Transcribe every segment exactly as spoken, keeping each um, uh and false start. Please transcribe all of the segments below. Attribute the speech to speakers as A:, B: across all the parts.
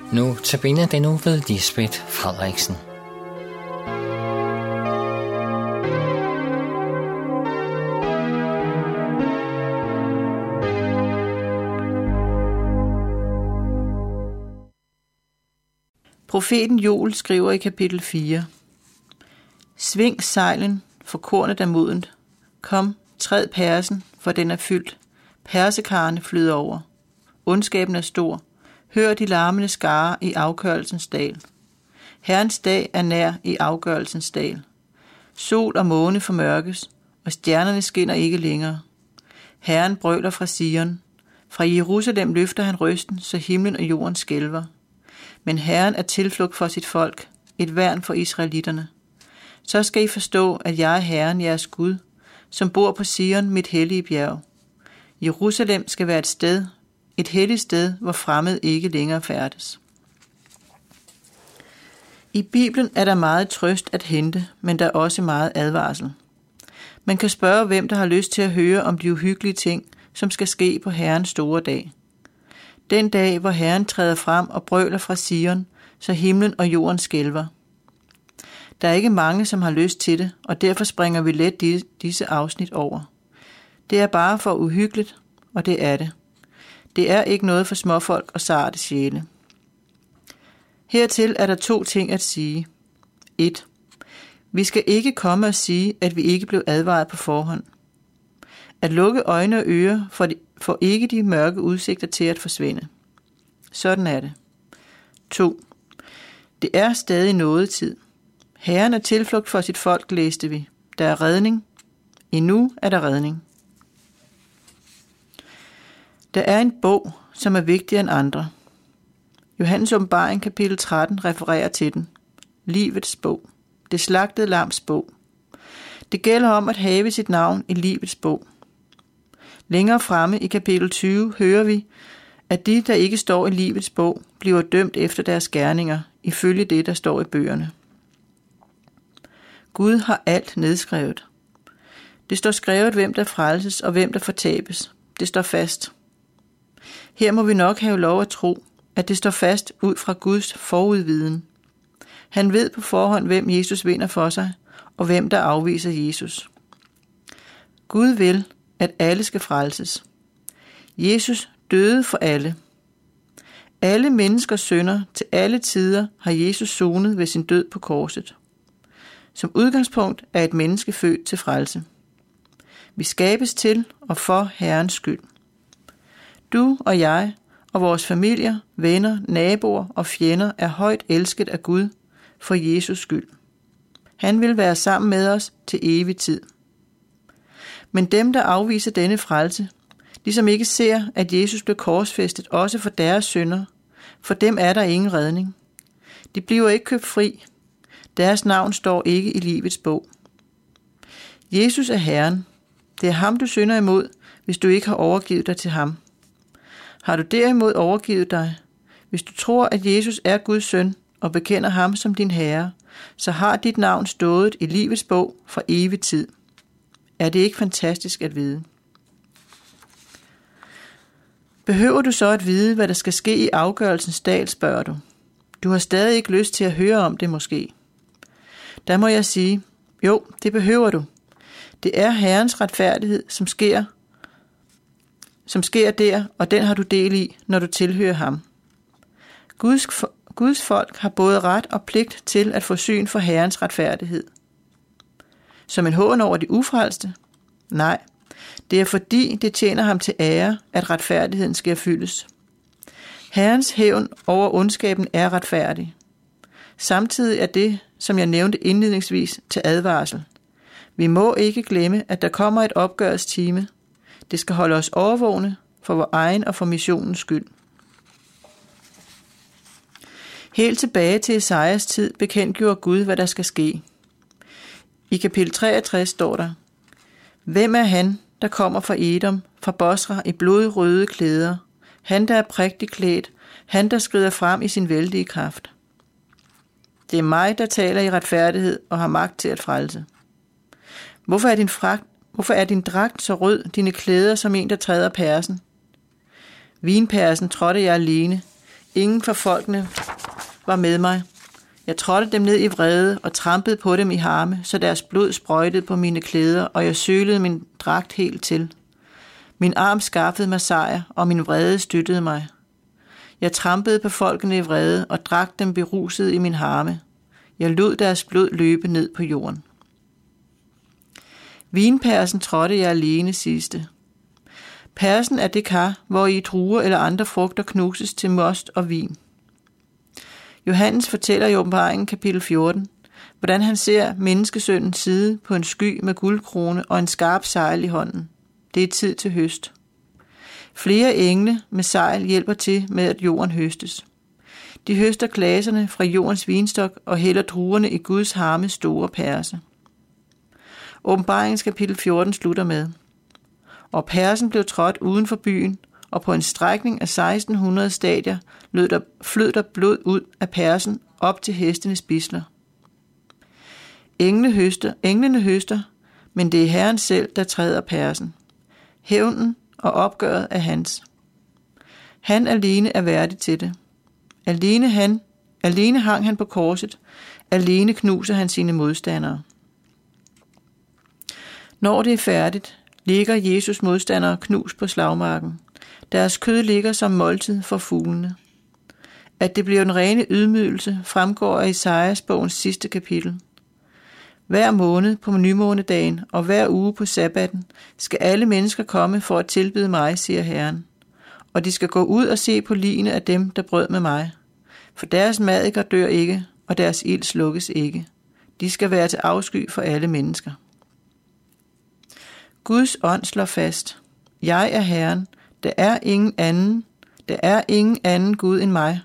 A: Nu tabiner den nu ved Lisbeth Frederiksen.
B: Profeten Joel skriver i kapitel fire: Sving sejlen, for kornet er modent. Kom, træd persen, for den er fyldt. Persekarrene flyder over. Ondskaben er stor. Hør de larmende skare i afgørelsens dal. Herrens dag er nær i afgørelsens dal. Sol og måne formørkes, og stjernerne skinner ikke længere. Herren brøler fra Sion. Fra Jerusalem løfter han røsten, så himlen og jorden skælver. Men Herren er tilflugt for sit folk, et værn for israelitterne. Så skal I forstå, at jeg er Herren, jeres Gud, som bor på Sion, mit hellige bjerg. Jerusalem skal være et sted, et helligt sted, hvor fremmed ikke længere færdes. I Bibelen er der meget trøst at hente, men der er også meget advarsel. Man kan spørge, hvem der har lyst til at høre om de uhyggelige ting, som skal ske på Herrens store dag. Den dag, hvor Herren træder frem og brøler fra Sion, så himlen og jorden skælver. Der er ikke mange, som har lyst til det, og derfor springer vi let disse afsnit over. Det er bare for uhyggeligt, og det er det. Det er ikke noget for småfolk og sarte sjæle. Hertil er der to ting at sige. et. Vi skal ikke komme og sige, at vi ikke blev advaret på forhånd. At lukke øjne og ører får, de, får ikke de mørke udsigter til at forsvinde. Sådan er det. to. Det er stadig nådetid. Herren er tilflugt for sit folk, læste vi. Der er redning. Endnu er der redning. Der er en bog, som er vigtigere end andre. Johannes Åbenbaring kapitel tretten refererer til den. Livets bog. Det slagtede lams bog. Det gælder om at have sit navn i livets bog. Længere fremme i kapitel tyve hører vi, at de, der ikke står i livets bog, bliver dømt efter deres gerninger, ifølge det, der står i bøgerne. Gud har alt nedskrevet. Det står skrevet, hvem der frelses og hvem der fortabes. Det står fast. Her må vi nok have lov at tro, at det står fast ud fra Guds forudviden. Han ved på forhånd, hvem Jesus vinder for sig, og hvem der afviser Jesus. Gud vil, at alle skal frelses. Jesus døde for alle. Alle menneskers synder til alle tider har Jesus sonet ved sin død på korset. Som udgangspunkt er et menneske født til frelse. Vi skabes til og for Herrens skyld. Du og jeg og vores familier, venner, naboer og fjender er højt elsket af Gud for Jesus skyld. Han vil være sammen med os til evig tid. Men dem, der afviser denne frelse, de som ikke ser, at Jesus blev korsfæstet også for deres synder, for dem er der ingen redning. De bliver ikke købt fri. Deres navn står ikke i livets bog. Jesus er Herren. Det er ham, du synder imod, hvis du ikke har overgivet dig til ham. Har du derimod overgivet dig, hvis du tror, at Jesus er Guds søn og bekender ham som din herre, så har dit navn stået i livets bog for evig tid. Er det ikke fantastisk at vide? Behøver du så at vide, hvad der skal ske i afgørelsens dal, spørger du. Du har stadig ikke lyst til at høre om det måske. Der må jeg sige, jo, det behøver du. Det er Herrens retfærdighed, som sker, som sker der, og den har du del i, når du tilhører ham. Guds, Guds folk har både ret og pligt til at få syn for Herrens retfærdighed. Som en hån over de ufrelste? Nej, det er fordi det tjener ham til ære, at retfærdigheden skal fyldes. Herrens hævn over ondskaben er retfærdig. Samtidig er det, som jeg nævnte indledningsvis, til advarsel. Vi må ikke glemme, at der kommer et opgørstime. Det skal holde os overvågne for vor egen og for missionens skyld. Helt tilbage til Esajas tid bekendtgjorde Gud, hvad der skal ske. I kapitel treogtres står der: Hvem er han, der kommer fra Edom, fra Bosra i blodrøde klæder? Han, der er prægtigt klædt, han, der skrider frem i sin vældige kraft. Det er mig, der taler i retfærdighed og har magt til at frelse. Hvorfor er din, fragt, hvorfor er din dragt så rød, dine klæder som en, der træder persen? Vinpersen trådte jeg alene. Ingen fra folkene var med mig. Jeg trådte dem ned i vrede og trampede på dem i harme, så deres blod sprøjtede på mine klæder, og jeg sølede min dragt helt til. Min arm skaffede mig sejr, og min vrede støttede mig. Jeg trampede på folkene i vrede og drak dem beruset i min harme. Jeg lod deres blod løbe ned på jorden. Vinpersen trådte jeg alene sidste. Persen er det kar, hvor i druer eller andre frugter knuses til most og vin. Johannes fortæller i Åbenbaringen kapitel fjorten, hvordan han ser menneskesønnen sidde på en sky med guldkrone og en skarp sejl i hånden. Det er tid til høst. Flere engle med sejl hjælper til med, at jorden høstes. De høster glaserne fra jordens vinstok og hælder druerne i Guds harme store perse. Åbenbaringens kapitel fjorten slutter med: Og persen blev trådt uden for byen, og på en strækning af seksten hundrede stadier lød der, flød der blod ud af persen op til hestenes bisler. Englene høster, englene høster, men det er Herren selv, der træder persen. Hævnen og opgøret er hans. Han alene er værdig til det. Alene han, alene hang han på korset, alene knuser han sine modstandere. Når det er færdigt, ligger Jesus modstandere knus på slagmarken. Deres kød ligger som måltid for fuglene. At det bliver en rene ydmygelse, fremgår af Esajas bogens sidste kapitel. Hver måned på nymånedagen og hver uge på sabbaten skal alle mennesker komme for at tilbede mig, siger Herren. Og de skal gå ud og se på ligene af dem, der brød med mig. For deres madikker dør ikke, og deres ild slukkes ikke. De skal være til afsky for alle mennesker. Guds ånd slår fast: Jeg er Herren, der er ingen anden, der er ingen anden Gud end mig.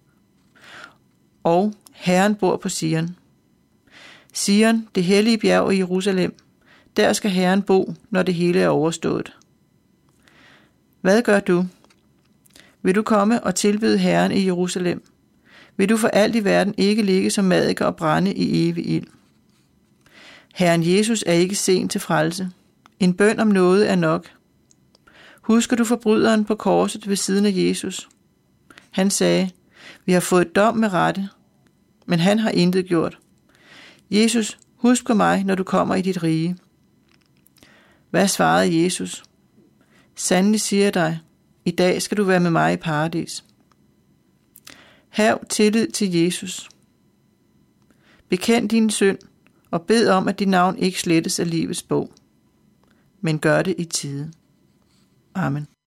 B: Og Herren bor på Sion. Sion, det hellige bjerg i Jerusalem, der skal Herren bo, når det hele er overstået. Hvad gør du? Vil du komme og tilbede Herren i Jerusalem? Vil du for alt i verden ikke ligge som madikker og brænde i evig ild? Herren Jesus er ikke sen til frelse. En bøn om noget er nok. Husker du forbryderen på korset ved siden af Jesus? Han sagde: Vi har fået dom med rette, men han har intet gjort. Jesus, husk på mig, når du kommer i dit rige. Hvad svarede Jesus? Sandelig siger jeg dig, i dag skal du være med mig i paradis. Hav tillid til Jesus. Bekend din synd og bed om, at dit navn ikke slettes af livets bog. Men gør det i tide. Amen.